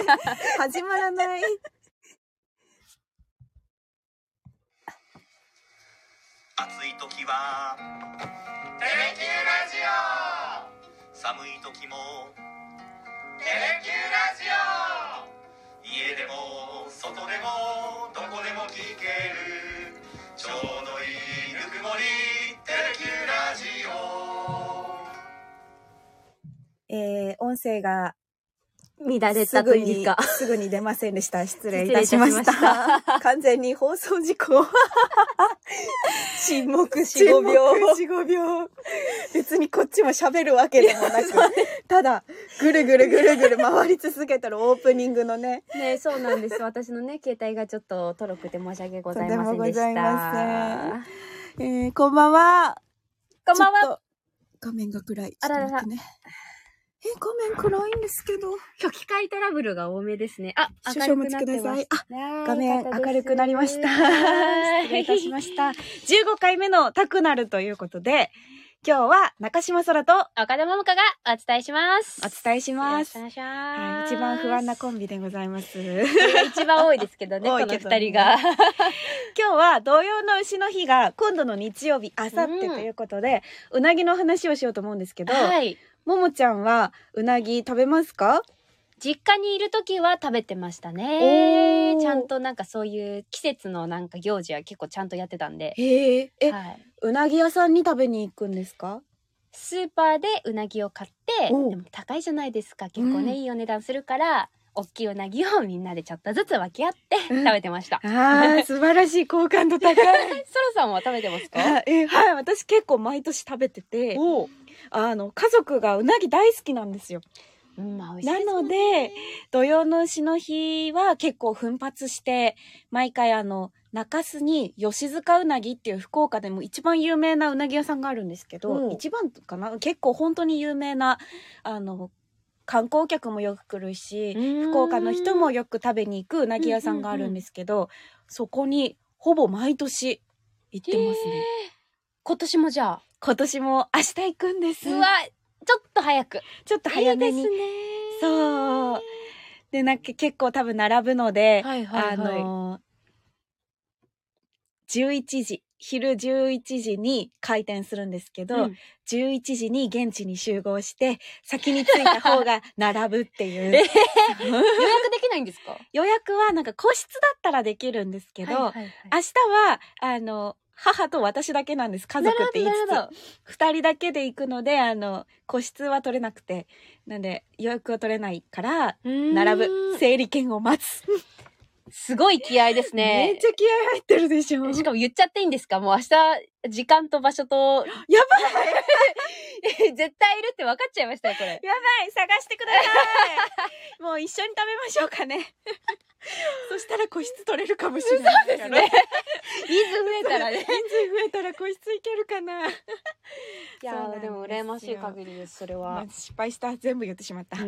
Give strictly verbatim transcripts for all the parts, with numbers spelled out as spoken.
始まらない。 暑い時はテレキューラジオ、寒い時もテレキューラジオ、家でも外でもどこでも聞けるちょうどいいぬくもり、テレキューラジオ。 えー、音声が乱れたというかすぐにすぐに出ませんでした。失礼いたしました。した完全に放送事故。沈黙しごびょう。よん、ごびょう。別にこっちも喋るわけでもなく、ただぐるぐるぐるぐる回り続けてるオープニングのね。 ね、そうなんです。私のね、携帯がちょっととろくて申し訳ございませんでした。とんでもございません。えー、こんばんは。 こんばんは。 画面が暗い。ちょっと待ってね。え、画面暗いんですけど。 初期回トラブルが多めですね。あ、 少々お待ちください。あ、画面明るくなりました。失礼いたしました。じゅうごかいめのタクナルということで、今日は中島空と岡田桃香がお伝えします。 お伝えします。 よろしくお願いします。 はい、一番不安なコンビでございます。 一番多いですけどね、この二人が。 今日は土曜の牛の日が今度の日曜日、あさってということで、うん、うなぎの話をしようと思うんですけど、はい。ももちゃんはうなぎ食べますか？ 実家にいるときは食べてましたね。ちゃんとなんかそういう季節のなんか行事は結構ちゃんとやってたんで。 へえ、え、はい、うなぎ屋さんに食べに行くんですか？ スーパーでうなぎを買って、でも高いじゃないですか。結構ね、うん、いいお値段するから、大きいうなぎをみんなでちょっとずつ分け合って食べてました。 うん、ああ、素晴らしい好感度高い。ソラさんは食べてますか？ え、はい、私結構毎年食べてて、あの家族がうなぎ大好きなんですよ。 うん、まあ、美味しいですね。なので土曜の牛の日は結構奮発して毎回あの中洲に吉塚うなぎっていう福岡でも一番有名なうなぎ屋さんがあるんですけど、うん、一番かな、結構本当に有名なあの観光客もよく来るし福岡の人もよく食べに行くうなぎ屋さんがあるんですけど、うんうんうん、そこにほぼ毎年行ってますね。 今年もじゃあ今年も明日行くんです。 うわ、ちょっと早く。 ちょっと早めに。いいですね。そう。で、なんか結構多分並ぶので、はいはいはい、あの、じゅういちじ、昼じゅういちじに開店するんですけど、うん、じゅういちじに現地に集合して、先に着いた方が並ぶっていう。えー、予約できないんですか？ 予約はなんか個室だったらできるんですけど、はいはいはい、明日は、あの、母と私だけなんです。家族って言いつつ。二人だけで行くので、あの、個室は取れなくて。なんで、予約は取れないから、並ぶ。整理券を待つ。 すごい気合ですね。 めっちゃ気合入ってるでしょ。 しかも言っちゃっていいんですか？もう明日、時間と場所と。 やばい絶対いるって分かっちゃいましたよ、これ。 やばい探してください。もう一緒に食べましょうかね。そしたら個室取れるかもしれない。 そうですね。人数増えたらね。 人数増えたら個室いけるかな。いやーでも羨ましい限りです、それは。 まあ、失敗した。全部言ってしまった。うん、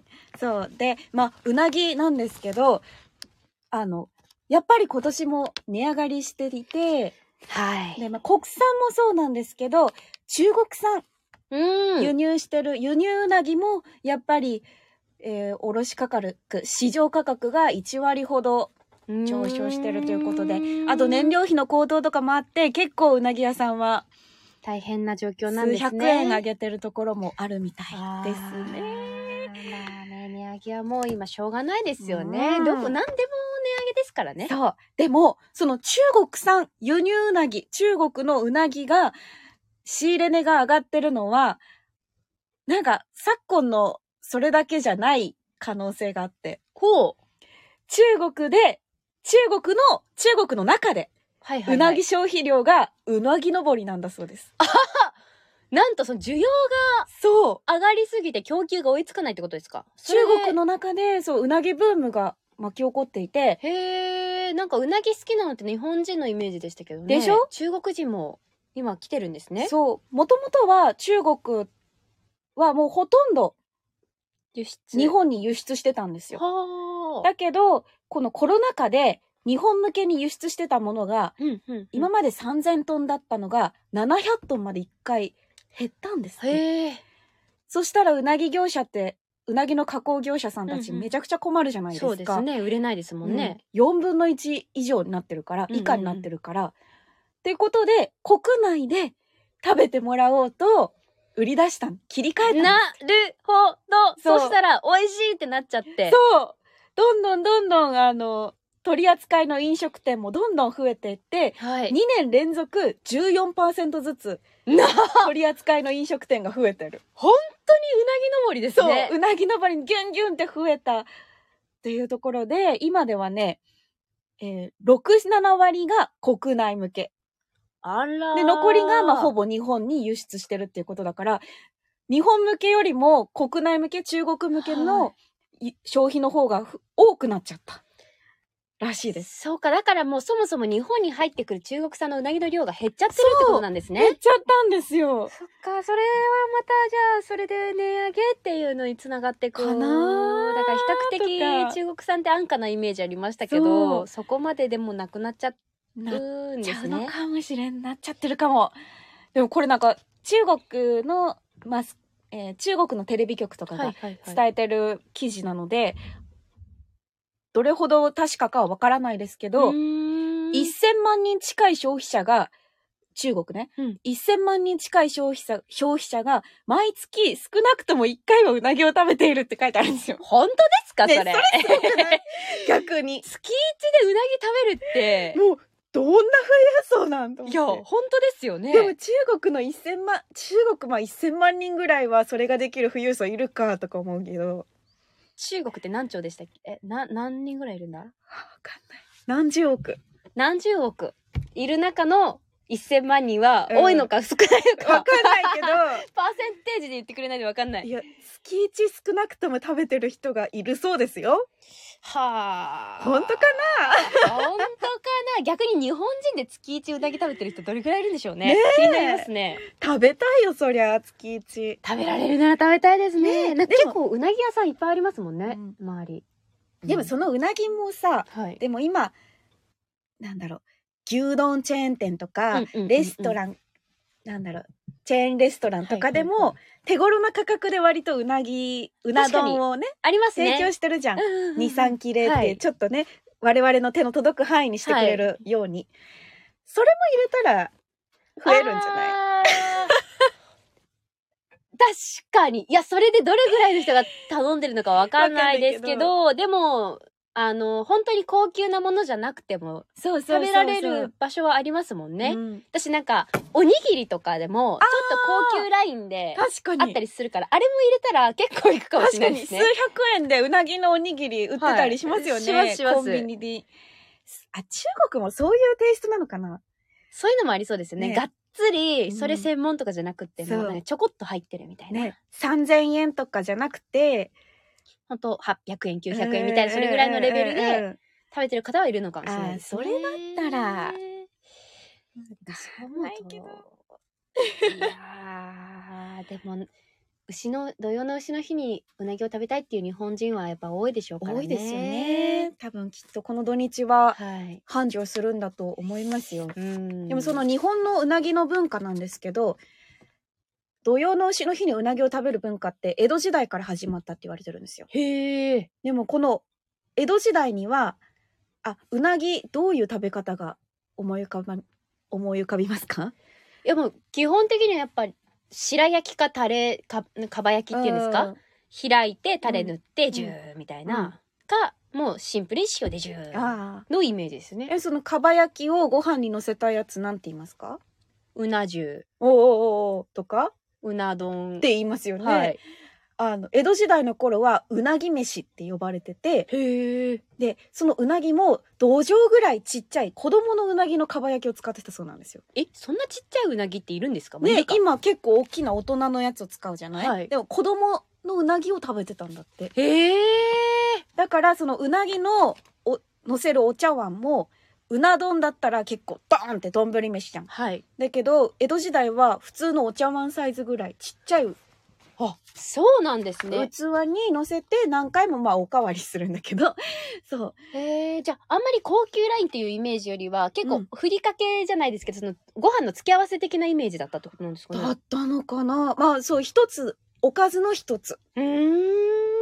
そうで、まあうなぎなんですけど、あのやっぱり今年も値上がりしていて、はい。で、まあ国産もそうなんですけど、中国産、うん、輸入してる輸入うなぎもやっぱり。えー、卸価格、市場価格がいちわりほど上昇してるということで、あと燃料費の高騰とかもあって、結構うなぎ屋さんは大変な状況なんですね。 数百円上げてるところもあるみたいですね。 まあね、値上げはもう今しょうがないですよね。どこ何でも値上げですからね。 そう。でも、その中国産輸入うなぎ、中国のうなぎが仕入れ値が上がってるのは、なんか昨今のそれだけじゃない可能性があって。 ほう。 中国で、中国の、中国の中で、はいはいはい、うなぎ消費量がうなぎ登りなんだそうです。 あははなんとその需要が、そう。上がりすぎて供給が追いつかないってことですか？ 中国の中で、そう、うなぎブームが巻き起こっていて。 へー、なんかうなぎ好きなのって日本人のイメージでしたけどね。 でしょ？ 中国人も今来てるんですね。 そう。もともとは中国はもうほとんど、輸出日本に輸出してたんですよ。だけどこのコロナ禍で日本向けに輸出してたものが、うんうんうん、今までさんぜんトンだったのがななひゃくトンまでいっかい減ったんですね。へー。そしたらうなぎ業者ってうなぎの加工業者さんたちめちゃくちゃ困るじゃないですか。 そうですね。売れないですもんね。 うん、よんぶんのいち以上になってるから、 うんうん以下になってるから。っていうことで、国内で食べてもらおうと、売り出したの。切り替えたの。 なるほど。 そうそしたら、美味しいってなっちゃって。 そう。どんどんどんどん、あの、取り扱いの飲食店もどんどん増えていって、 はい、 にねん連続 じゅうよんパーセント ずつ取り扱いの飲食店が増えてる。 本当にうなぎ登りですね。 そう、うなぎ登りにギュンギュンって増えたっていうところで、今ではね、えー、ろく、ななわりが国内向け。 あらー。 で、残りがまあほぼ日本に輸出してるっていうことだから、日本向けよりも国内向け、中国向けの消費の方が多くなっちゃった。らしいです。 そうか、だからもうそもそも日本に入ってくる中国産のうなぎの量が減っちゃってるってことなんですね。 減っちゃったんですよ。 そっか、それはまたじゃあそれで値上げっていうのにつながってくる。 かなーだから比較的中国産って安価なイメージありましたけど、そ, そこまででもなくなっちゃうんですね。 なっちゃうのかもしれん、なっちゃってるかも。でもこれなんか中国の、まあえー、中国のテレビ局とかが伝えてる記事なので、はいはいはい、どれほど確かかはわからないですけど、せんまんにん近い消費者が、中国ね、うん、せんまんにん近い消費者、消費者が毎月少なくともいっかいはうなぎを食べているって書いてあるんですよ。 本当ですか、それ。 ね、それすごくない逆に。 月いちでうなぎ食べるって。 もう、どんな富裕層なんと思って。 いや、本当ですよね。 でも中国のせんまん、中国まあせんまんにんぐらいはそれができる富裕層いるかとか思うけど。 中国って何兆でしたっけ？え、な、何人ぐらいいるんだ？わかんない。何十億。 何十億いる中のせんまんにんは多いのか少ないのか、 うん、わかんないけどパーセンテージで言ってくれないとわかんない。 いや、月いち少なくとも食べてる人がいるそうですよ。 はあ。 本当かな本当かな逆に日本人で月いちうなぎ食べてる人どれくらいいるんでしょうね。ね気になりますね。 食べたいよ、そりゃ、月いち。 食べられるなら食べたいですね。ね結構うなぎ屋さんいっぱいありますもんね、うん、周り。 でもそのうなぎもさ、うん、でも今、なんだろう、牛丼チェーン店とか、レストラン、なんだろう、チェーンレストランとかでも、はいはいはい、手頃な価格で割とうなぎ、うな丼をね、 ありますね。 提供してるじゃん。に、さん切れって、ちょっとね、はい、我々の手の届く範囲にしてくれるように。はい、それも入れたら、増えるんじゃない？ 確かに。いや、それでどれぐらいの人が頼んでるのかわかんないですけど、でも、あの、本当に高級なものじゃなくても、食べられる場所はありますもんね。うん、私なんか、おにぎりとかでも、ちょっと高級ラインで、あったりするから、あれも入れたら結構いくかもしれないですね。 確かに、数百円でうなぎのおにぎり売ってたりしますよね。はい、しますします。コンビニで。あ、中国もそういうテイストなのかな？ そういうのもありそうですよね。ね、がっつり、それ専門とかじゃなくても、うん、ちょこっと入ってるみたいな。ね、 さんぜんえんとかじゃなくて、 ほんとはっぴゃくえん、きゅうひゃくえんみたいな、それぐらいのレベルで食べてる方はいるのかもしれないですね。 それだったら、 そう思うと。いやー、でも、牛の、土用の牛の日にうなぎを食べたいっていう日本人はやっぱ多いでしょうからね。 多いですよね。多分きっとこの土日は繁盛するんだと思いますよ。はい、でもその日本のうなぎの文化なんですけど、土用の丑の日にうなぎを食べる文化って江戸時代から始まったって言われてるんですよ。 へえ。 でもこの江戸時代には、あ、うなぎどういう食べ方が思い浮かば、思い浮かびますか？ いやもう基本的にはやっぱり白焼きかタレか、かば焼きっていうんですか？開いてタレ塗ってジューみたいな、うんうん、か、もうシンプルに塩でジューのイメージですね。 え、そのかば焼きをご飯に乗せたやつなんて言いますか？ うな重。 おーおーおーとかうな丼って言いますよね。 はい、 あの江戸時代の頃はうなぎ飯って呼ばれてて、 へー。 でそのうなぎも土壌ぐらいちっちゃい子供のうなぎのかば焼きを使ってたそうなんですよ。 え、そんなちっちゃいうなぎっているんですか？ ね、今結構大きな大人のやつを使うじゃない、はい、でも子供のうなぎを食べてたんだって。 へー。 だからそのうなぎのお乗せるお茶碗もうな丼だったら結構ドーンって丼飯じゃん。 はい。 だけど江戸時代は普通のお茶碗サイズぐらいちっちゃい、 あ、そうなんですね。 器に乗せて何回もまあおかわりするんだけどそう。 へえ。じゃああんまり高級ラインっていうイメージよりは結構ふりかけじゃないですけど、うん、そのご飯の付け合わせ的なイメージだったってことなんですかね。 だったのかな。まあそう、一つおかずの一つ。 うーん。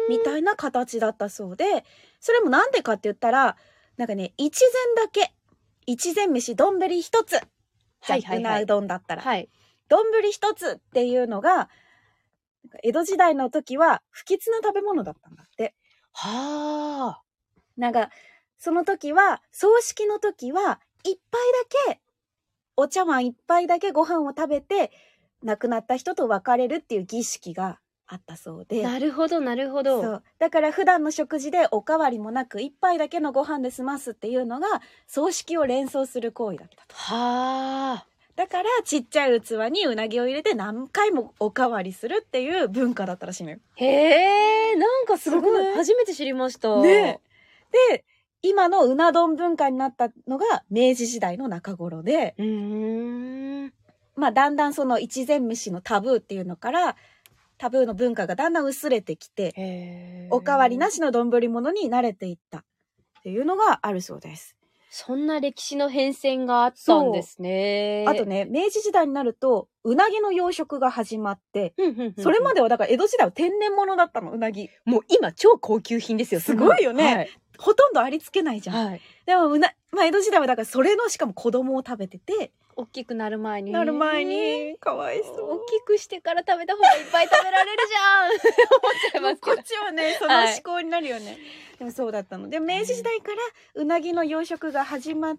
みたいな形だったそうで、それもなんでかって言ったら、なんかね、一膳だけ、一膳飯、丼一つ。じゃあ、 はいはいはい、 うな丼だったら。 はい。 丼一つっていうのが、江戸時代の時は不吉な食べ物だったんだって。 はあ。 なんか、その時は、葬式の時は、一杯だけ、お茶碗一杯だけご飯を食べて、亡くなった人と別れるっていう儀式があったそうで。 なるほど、なるほど。 そう。だから普段の食事でおかわりもなく、一杯だけのご飯で済ますっていうのが、葬式を連想する行為だったと。 はあ。 だから、ちっちゃい器にうなぎを入れて何回もおかわりするっていう文化だったらしいのよ。 へえ、なんかすごく、ね、初めて知りました。 ね。で、今のうな丼文化になったのが明治時代の中頃で、 うーん。 まあだんだんその一膳飯のタブーっていうのから、タブーの文化がだんだん薄れてきて、おかわりなしの丼物に慣れていったっていうのがあるそうです。 そんな歴史の変遷があったんですね。 あとね、明治時代になると、うなぎの養殖が始まって、それまではだから江戸時代は天然物だったの、うなぎ。 もう今超高級品ですよ。 すごいよね。はい、ほとんどありつけないじゃん。 はい、 でもうな、まあ江戸時代はだからそれのしかも子供を食べてて、 大きくなる前に。 なる前に、かわいそう。 大きくしてから食べた方がいっぱい食べられるじゃん思っちゃいますけど。 こっちはね、その思考になるよね。はい、でもそうだったの。で、明治時代からうなぎの養殖が始まって、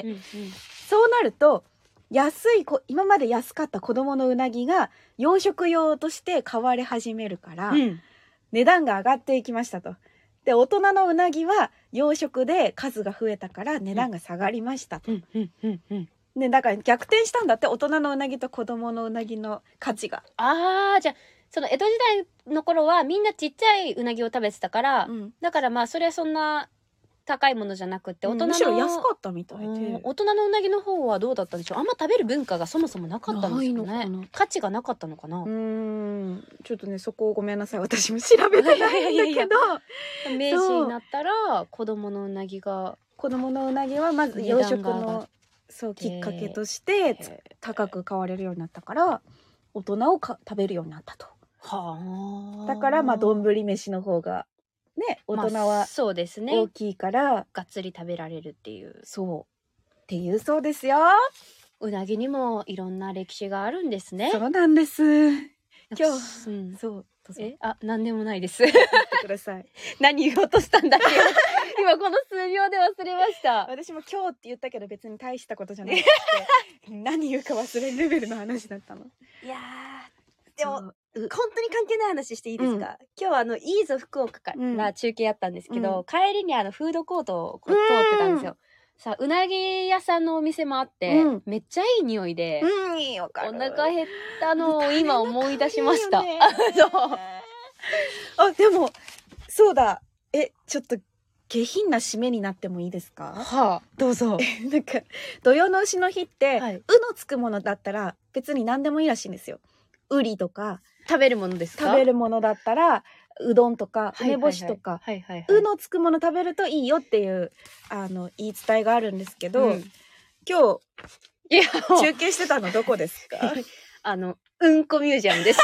うんうん、そうなると、安いこ、今まで安かった子供のうなぎが養殖用として買われ始めるから、うん、値段が上がっていきましたと。で、大人のうなぎは養殖で数が増えたから値段が下がりましたと。うんうんうんうん、ね、だから逆転したんだって、大人のうなぎと子供のうなぎの価値が。 ああ、じゃあその江戸時代の頃はみんなちっちゃいうなぎを食べてたから、うん、だからまあそれはそんな高いものじゃなくて、大人の、うん、 むしろ安かったみたいで、 大人のうなぎの方はどうだったんでしょう。あんま食べる文化がそもそもなかったんですよね。価値がなかったのかな。 うーん、ちょっとね、そこをごめんなさい、私も調べてないんだけど明治になったら子供のうなぎが子供のうなぎはまず養殖のそうきっかけとして高く買われるようになったから、大人をか食べるようになったと。はあ。だからまあ丼飯の方がね、大人はそうですね、大きいからがっつり食べられるっていう、 そうっていうそうですよ。 うなぎにもいろんな歴史があるんですね。 そうなんです。今日、うん、そうえあなんでもないです。 言ってください。 何言おうとしたんだっけ。今この数秒で忘れました。 私も今日って言ったけど別に大したことじゃなくて何言うか忘れるレベルの話だったの。 いやーでも本当に関係ない話していいですか、うん、今日はあのいいぞ福岡から中継やったんですけど、うん、帰りにあのフードコートをこう通ってたんですよ。さあうなぎ屋さんのお店もあって、うん、めっちゃいい匂いで、 うん、いいわかる。 お腹減ったのを今思い出しました。 ね、あでもそうだ、えちょっと下品な締めになってもいいですか？ はあ、どうぞ。 なんか土用の丑の日って、はい、うのつくものだったら別に何でもいいらしいんですよ。うりとか食べるものですか？ 食べるものだったらうどんとか梅干しとか、うのつくもの食べるといいよっていうあの言い伝えがあるんですけど、うん、今日いや中継してたのどこですか？ あのうんこミュージアムです。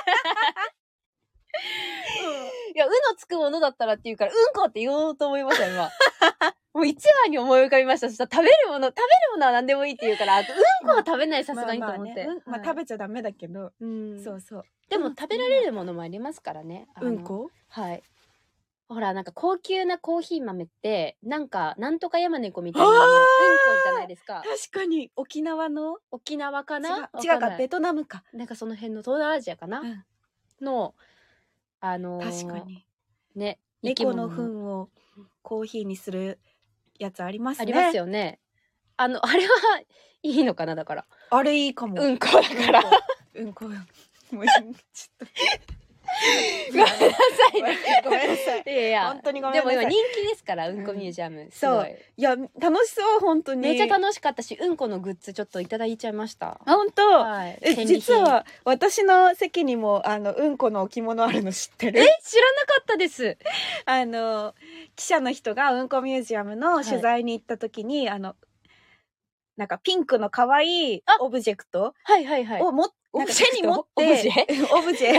いや、うのつくものだったらって言うから、うんこって言おうと思いました、今。もう一番に思い浮かびました。そしたら食べるもの、食べるものは何でもいいって言うから、あとうんこは食べない、さすがにと思って。 まあ、ねうんまあ、食べちゃダメだけど、うん、そうそう。 でも食べられるものもありますからね。 うんこ？ はい。ほら、なんか高級なコーヒー豆って、なんか、なんとか山猫みたいなうんこじゃないですか。 確かに、沖縄の沖縄かな？ 違う、違うか、ベトナムか。 なんかその辺の東南アジアかな、うん、の、あのー、 確かに。 ね。 猫の糞をコーヒーにするやつありますね。 ありますよね。あの、あれはいいのかなだから。 あれいいかも。 うんこだから。 うんこ。もう、ちょっと。 ごめんなさいね。 ごめんなさい。 いやいや。 本当にごめんなさい。 でも今人気ですから、うんこミュージアム。うん、すごい。 いや、楽しそう、本当に。 めっちゃ楽しかったし、うんこのグッズちょっといただいちゃいました。 あ、本当？はい。え、実は、私の席にも、あの、うんこの置物あるの知ってる？ え、知らなかったです。 あの、記者の人がうんこミュージアムの取材に行った時に、はい、あの、 なんかピンクの可愛いオブジェクトはいはいはい。 をも、なんか手に持って、 オブジェオブジェ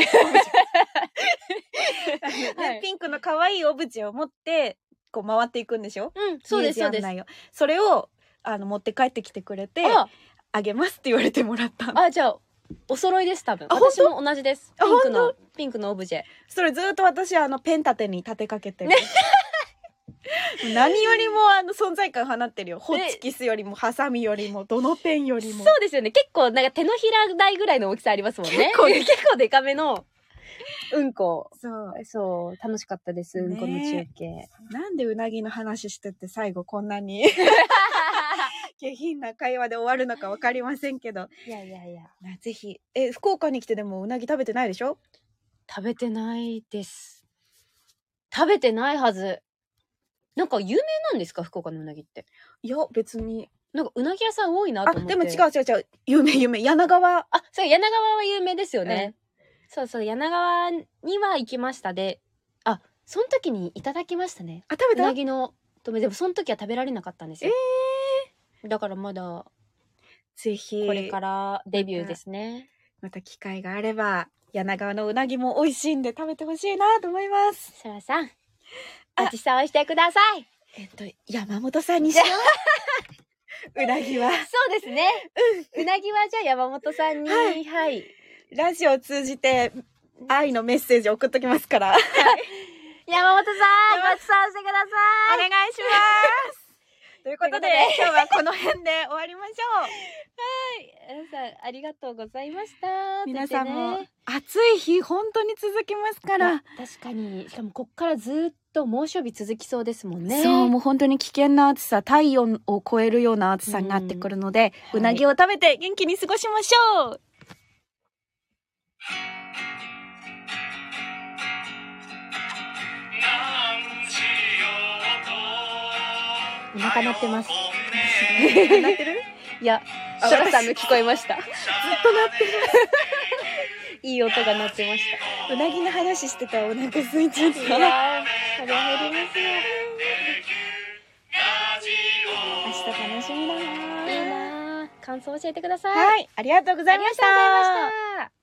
でピンクの可愛いオブジェを持って、こう回っていくんでしょ？ うん、そうです、そうです。 それを、あの、持って帰ってきてくれて、あ, あげますって言われてもらった。 あ、じゃあ、お揃いです、多分。私も同じです。ピンクの、ピンクのオブジェ。 それずっと私、あの、ペン立てに立てかけてる。何よりもあの存在感放ってるよ。ホッチキスよりもハサミよりもどのペンよりも。 そうですよね。結構なんか手のひら台ぐらいの大きさありますもんね。 結構結構デカめのうんこ。 そう。 そう。楽しかったです。うんこの中継。 なんでうなぎの話してて最後こんなに下品な会話で終わるのかわかりませんけど。 いやいやいや。 ぜひ。え、福岡に来てでもうなぎ食べてないでしょ？ 食べてないです。食べてないはず。なんか有名なんですか、福岡のうなぎって。 いや、別に。 なんかうなぎ屋さん多いなと思って。 あ、でも違う違う違う。有名有名。柳川。 あ、そう、柳川は有名ですよね。うん、そうそう、柳川には行きましたで。あ、その時にいただきましたね。 あ、食べた？ うなぎのとめ、でもその時は食べられなかったんですよ。えー、だからまだ、 ぜひ。 これからデビューですね。 また機会があれば、柳川のうなぎも美味しいんで食べてほしいなと思います。 さらさん。ごちそうしてください。 えっと、山本さんにしよう。うなぎは。 そうですね。うん。うなぎはじゃあ山本さんに。はい。はい、 ラジオを通じて愛のメッセージを送っときますから。はい、 山本さん、ごちそうしてください。 お願いします。ということで、今日はこの辺で終わりましょう。はい。 皆さん、ありがとうございました。 皆さんも、暑い日、本当に続きますから。 確かに。しかも、こっからずっと猛暑日続きそうですもんね。 そう、もう本当に危険な暑さ、体温を超えるような暑さになってくるので、う, うなぎを食べて元気に過ごしましょう。 お腹鳴ってます。 鳴ってる？ いや、ソラさんの聞こえました。ずっと鳴ってます。 いい音が鳴ってました。 うなぎの話してたらお腹空いちゃった。いやー、そりゃ減りますよ。 明日楽しみだな。 いいなー。感想教えてください。 はい、ありがとうございました。 ありがとうございました。